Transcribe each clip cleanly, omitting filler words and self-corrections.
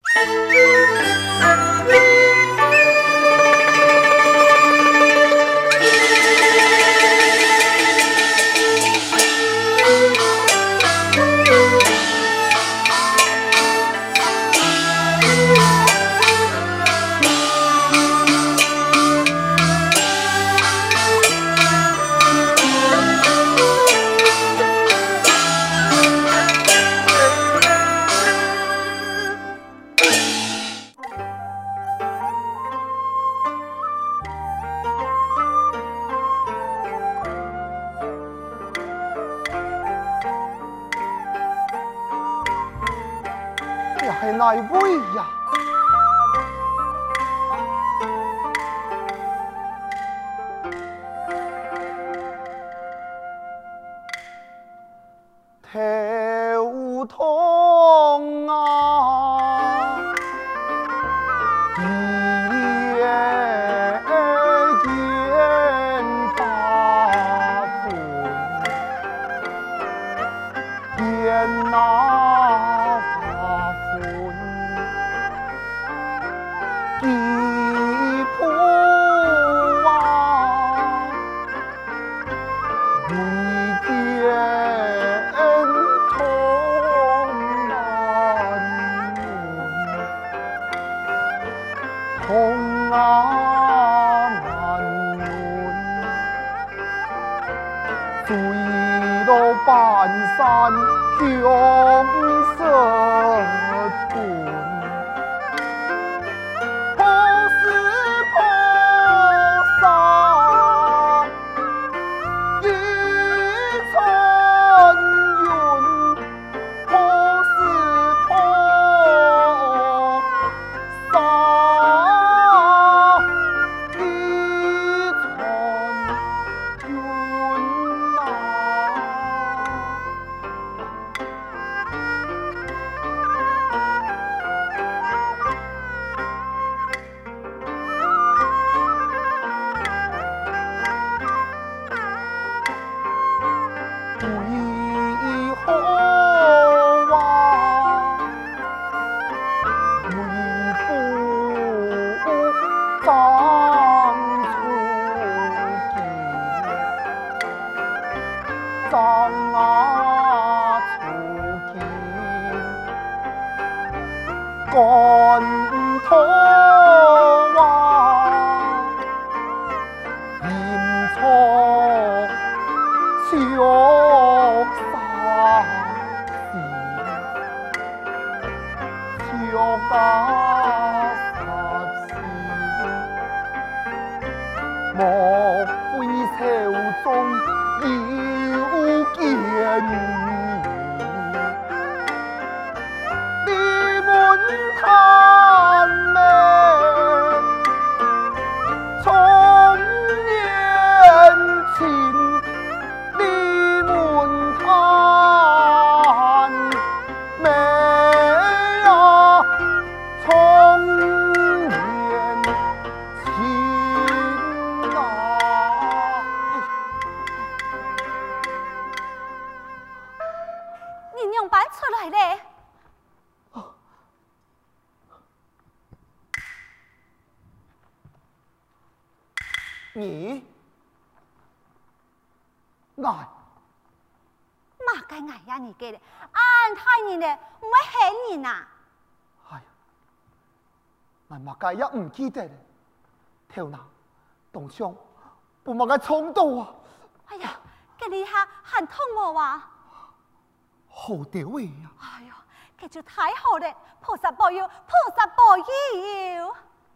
是哪一位呀？头痛啊，眼发昏，眼那发昏，地铺啊，为见痛难忍，痛啊难忍，醉落半山凶色顿。张啊出剑，干头啊，阴错秋杀心，秋家杀心，莫非朝中有见你们探妹从年前你们探妹呀从年前啊。 你娘搬出来嘞？ 你爱嘛该爱呀你给的，俺害你的，唔会害你呐。 哎呀，俺嘛该也唔记得咧，头脑当上不嘛该冲动啊！ 哎呀，给你下喊痛我哇！ 好屌位呀！ 哎呦，这就太好了，菩萨保佑，菩萨保佑！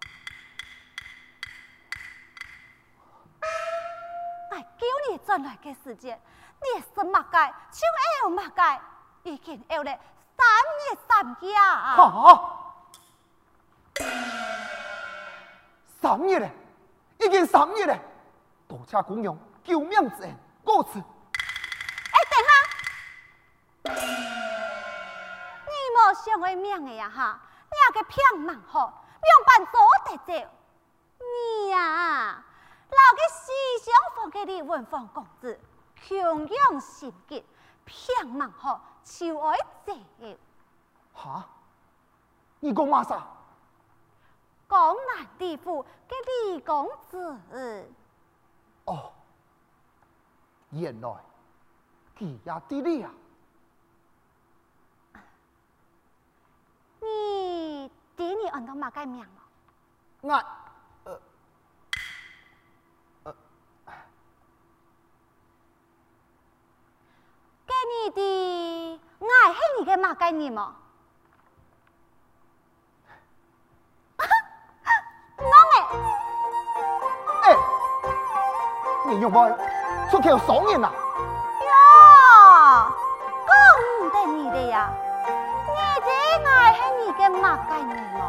我叫你转来嘅时间，你是马街，就要马街，已经要了3日3夜啊！ 哈！3日咧，已经3日咧，多谢公用救命之恩，告辞。 我想个命的呀哈，你那个偏蛮好，两办做得着。你呀，老个思想放给你文房公子，穷养心急，偏蛮好，就爱这。 哈？ 你讲嘛啥？ 江南地府嘅李公子。 哦，原来佢也知你啊！ 你知你按到嘛个名冇？ 我给你的，我系你嘅嘛个人冇？ 你用我出口爽人啊！ 呀，讲唔得你的呀！你的爱系你嘅嘛个人冇？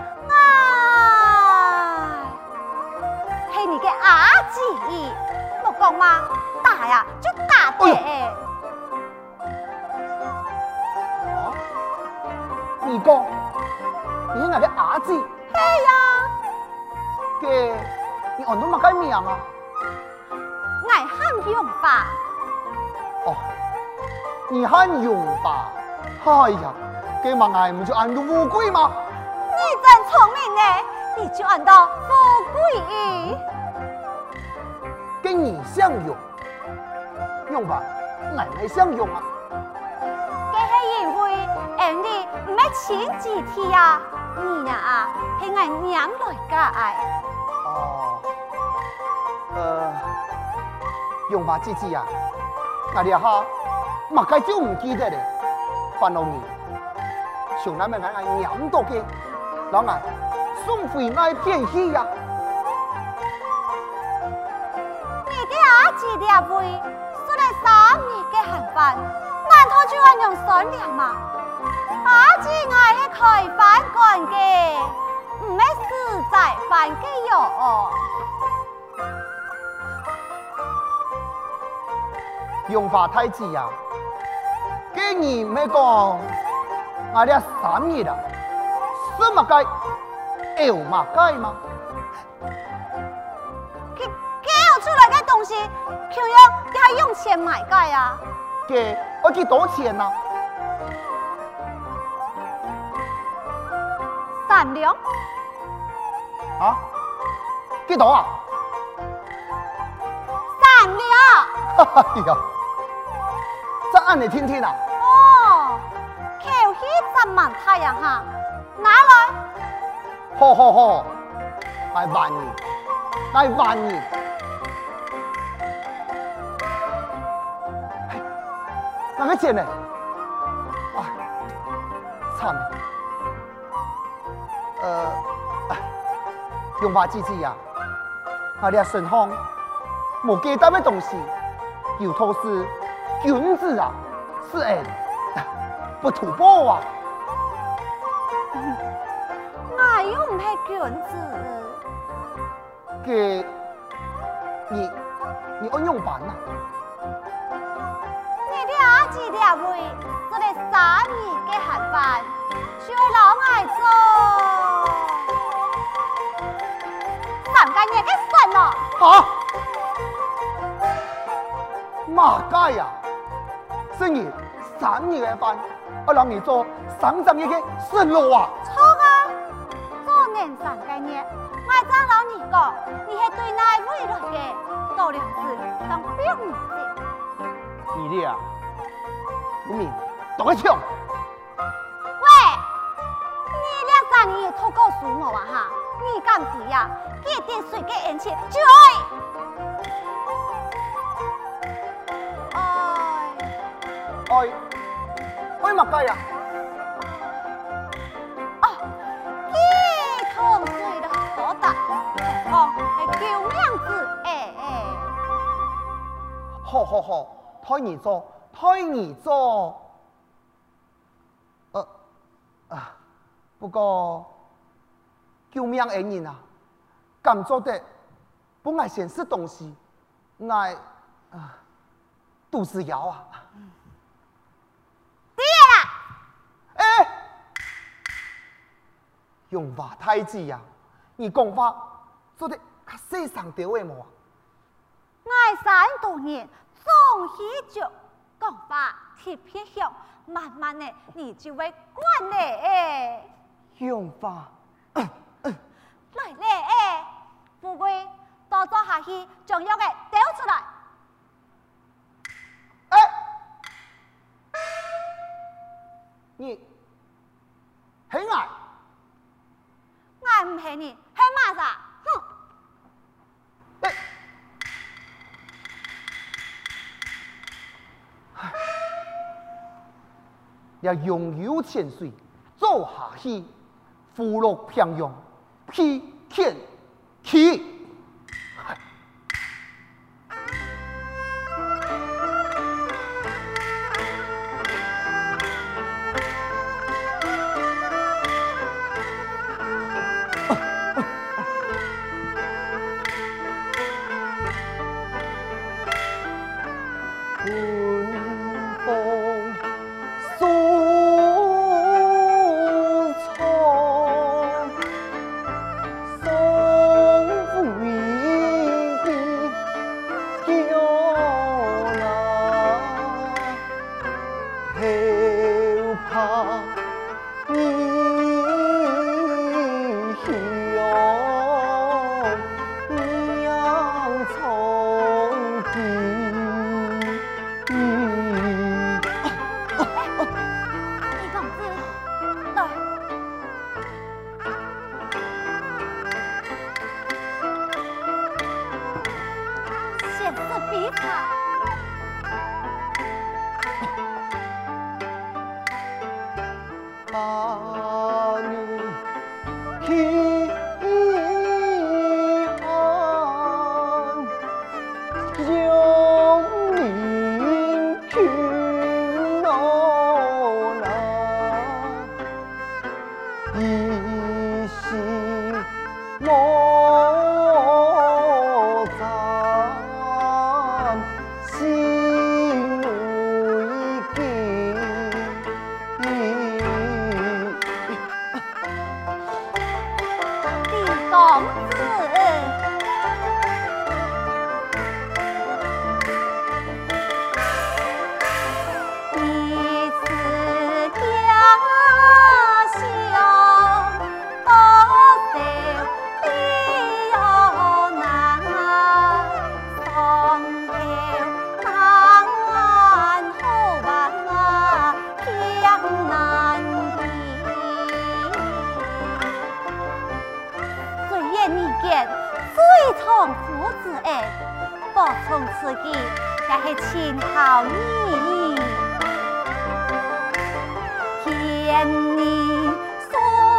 爱系你嘅阿姊，莫讲嘛，打呀就打的。 啊？你讲你係我嘅阿姊？ 系呀。 嘅你按到嘛个名啊？ 爱喊用法。 哦，你喊用法？哎呀，嘅嘛嗌唔就按到烏龜嗎？ 你真聰明呢，你就按到富貴語。 跟你相用，用法奶奶相用啊！ 這係因為你唔係前幾天啊，你呀係我娘來解。 哦，用法姐姐啊，我哋下乜解就唔記得咧，煩惱你，上那咪嗌娘多嘅，老嗌送回那片去呀。 是兩位，說嚟3年嘅行飯，難道就係用善良嘛？阿姊愛係開飯館嘅，唔係實在飯嘅喲。 用法太子啊，既然唔係講我哋3年啦，什麼解，有乜解嘛？ 出來嘅東西，佢要係用錢買嘅啊！ 嘅，我幾多錢啊 3兩。 啊？幾多啊 ？3兩。 哎呀，這按你聽聽啊！ 哦，扣起10萬太陽哈，拿來。 好，係萬二，係萬二。哪個錢呢？哎，慘了。用法姐姐呀，我哋身上冇記得嘅東西，有頭是君子啊，是恩，不圖報啊。 我又唔係君子。 嘅，你按用辦啊？ 阿姊兩位，做嚟3年嘅行飯，就係老愛做3個月嘅份咯。 嚇？馬街呀？生意3年嘅飯，我讓你做3個月嘅順路啊？ 錯啊！做年3個月，我爭老你講，你係對哪位來嘅？到兩次當表唔知。 你哋啊？不明，懂個槍！ 喂，你2、3年偷告訴我啊哈！你敢知呀？幾點水嘅恩情就愛乜雞啊？ 哦，幾桶水的好大，哦，係救命之好，推你做。不過救命恩人啊，咁做得本來顯示東西，愛都是要啊。 對啦， 哎，用話太子啊，你講話做得較世上掉嘅冇啊？ 愛3多年，總係就講話貼偏向，慢慢的你就會慣嘞。 用法。 来嘞哎，富贵多做下去，将药给丢出来。 哎，你很矮， 我唔系你，系嘛啥？哼！ 哎，也拥有千岁，做下去，福禄平庸，披天起。 情好意，天你所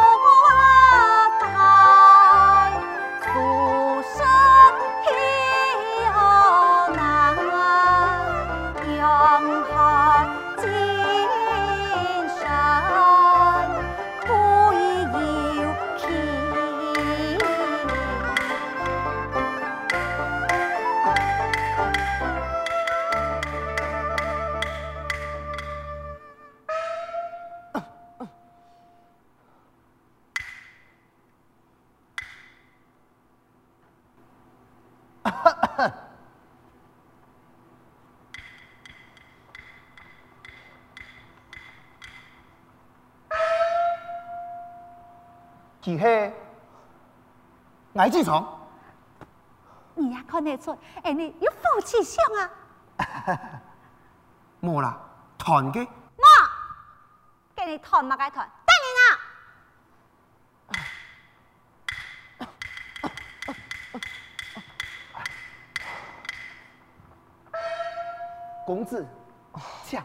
在，俗生有难，永好今生不亦有期。 其实矮痔疮， 你也看得出，哎，你有福气相啊！ 冇啦，团嘅。 妈，给你团嘛该团，带你公子，抢，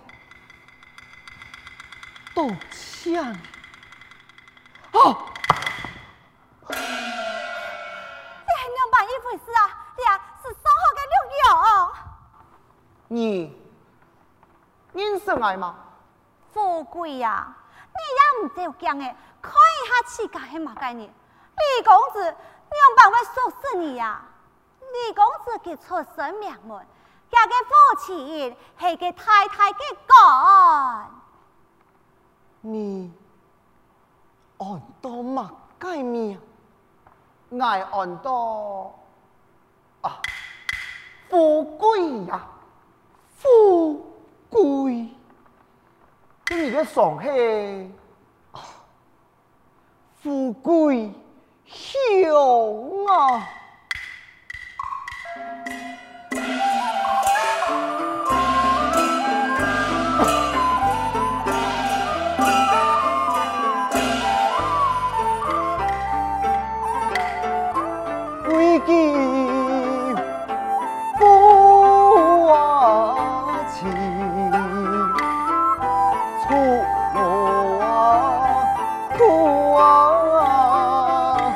都抢。 哦， 你还两办一回事啊？你啊是生活的六友。 你认识我吗？ 富贵呀，你也唔走强的，看一下世界系嘛概念。李公子，两办会说死你呀？李公子佢出身名门，家嘅父亲系个太太嘅干。 你按到乜解命？ 我按到啊，富贵呀， 富贵， 你嘅上系富贵雄啊！为记不忘情，错路啊，苦啊，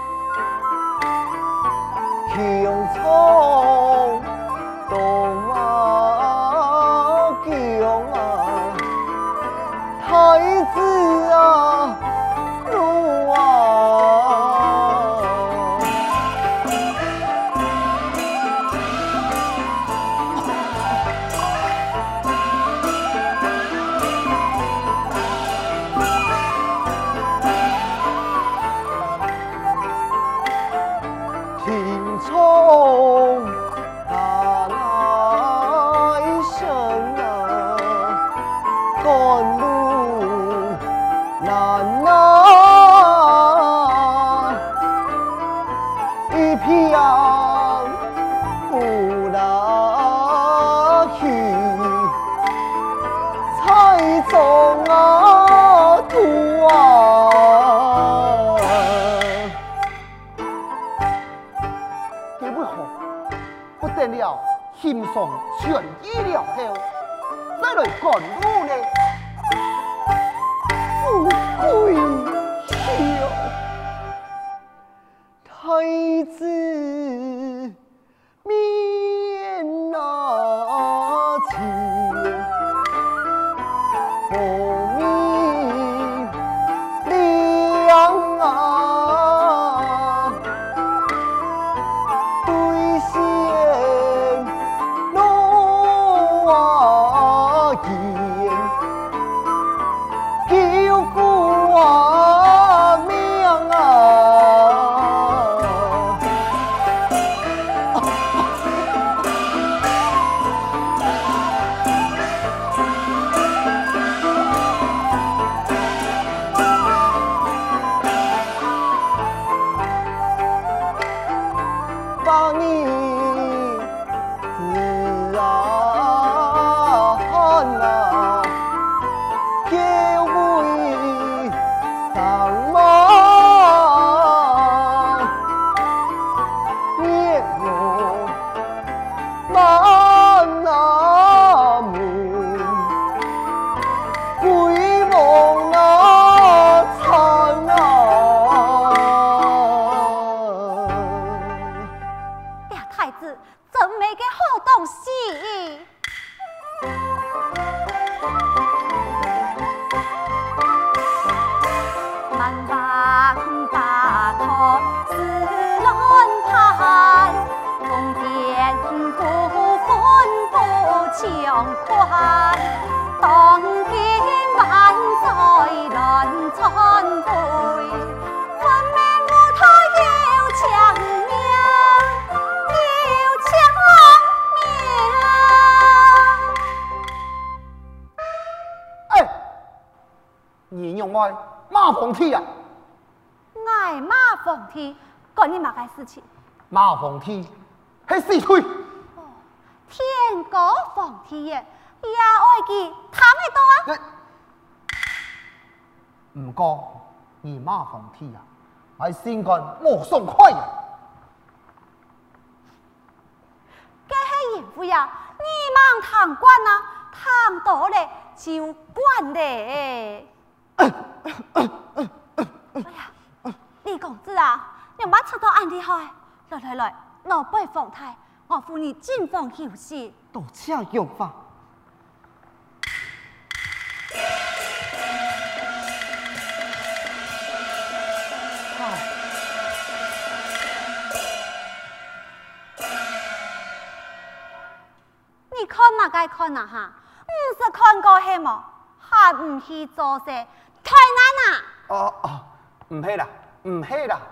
穷匆东啊，穷啊，太子啊，路啊。青葱打来生啊，赶路难啊，一片不拿去，彩中啊土啊。 这为何不得了心上全医了后，再来赶路呢？ 富贵孝，太子面那情，不明亮啊，对线路啊言。救父啊命啊！把你自然啊！叫为上马，面容满那门，鬼梦啊长啊！ 呀，太子真没个好东西。万王八托四轮盘，宫殿不分不强宽。当今万岁乱窜飞，分明我他有强命，有强命。 哎，你用我马凤梯啊！ 爱马凤梯，关你嘛个事情？ 马凤梯是死推。 天高凤梯耶，也爱记谈得多啊！ 唔过你马凤梯啊，系先干莫爽快啊！ 这是淫妇呀，你忙堂官啊，堂多嘞就管嘞。哎呀，李公子啊，你把出头安利开，来，老辈凤台，我扶你进房休息。 多谢用法。 你看嘛该看啊哈，唔是看过黑么，还唔去做事，太难啊！ 哦，唔系啦，唔系啦。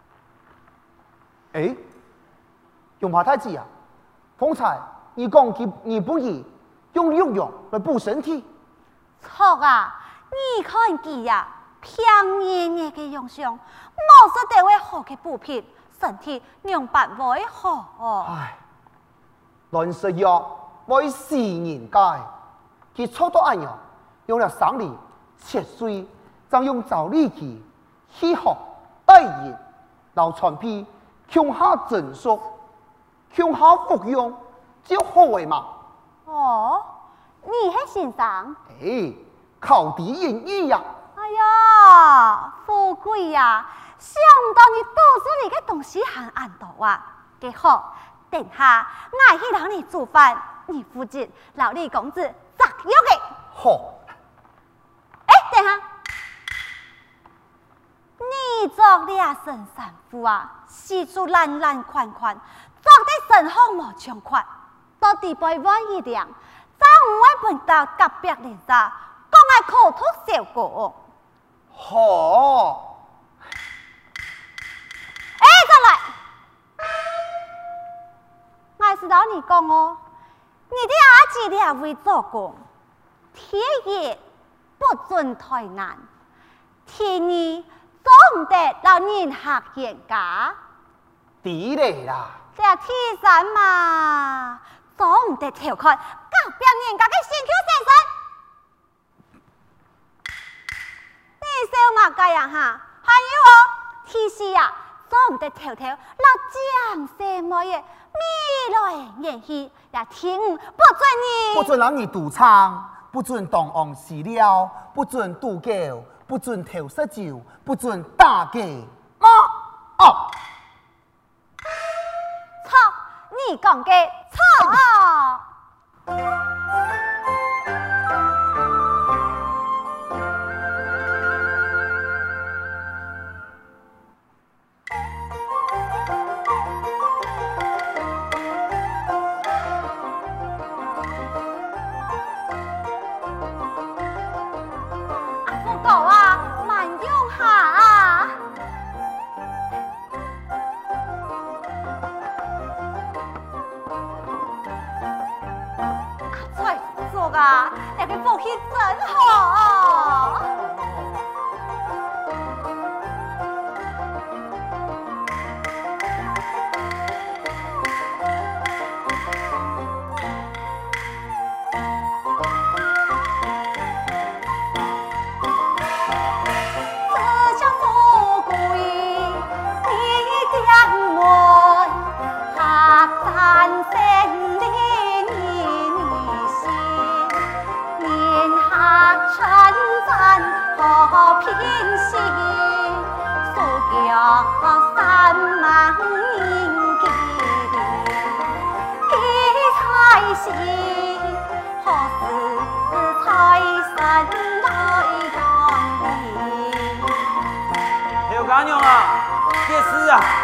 诶，用华太子啊，方才你讲你不宜用用来补身体。 错啊！你看佢呀， 平年年嘅用上，冇说地位好嘅补品，身体两百会好。 唉，乱食药为死人界，佢错到安样，用了生理切碎，再用造力器去学代言，老传批向下诊术，向下服用就好嘅嘛。 哦，你係先生？ 哎，考第英语呀！ 哎呀，富贵呀！想唔到你肚子里嘅东西还按到啊！几好，等下我去让你煮饭，你负责劳李公子择药嘅。 好。 哎，等下，你做俩身衫裤啊，四处烂烂款款，做得身好无穷款，到底背弯一两，再唔会碰到隔壁人家，讲爱口吐效果。 好。 哎，再来，我是老你讲哦，你的阿姊俩会做工，天热不准太难，天二做唔得老人客人家， 地嚟啦。 这天神嘛，做唔得调侃隔壁人家嘅先 Q 先生。你笑乜計啊哈？還有哦，提示呀，做唔得條條，那將什麼嘢未來延續，也聽不准你。 不准讓你賭倉，不准當昂飼料，不准賭狗，不准偷食酒，不准打機。哦， 錯，你講嘅錯。那个福气真好。自小富贵你将门，客栈生灵。称赞和平心，所叫3万人给财喜，何时财神来降临？ 刘家娘啊，这事啊！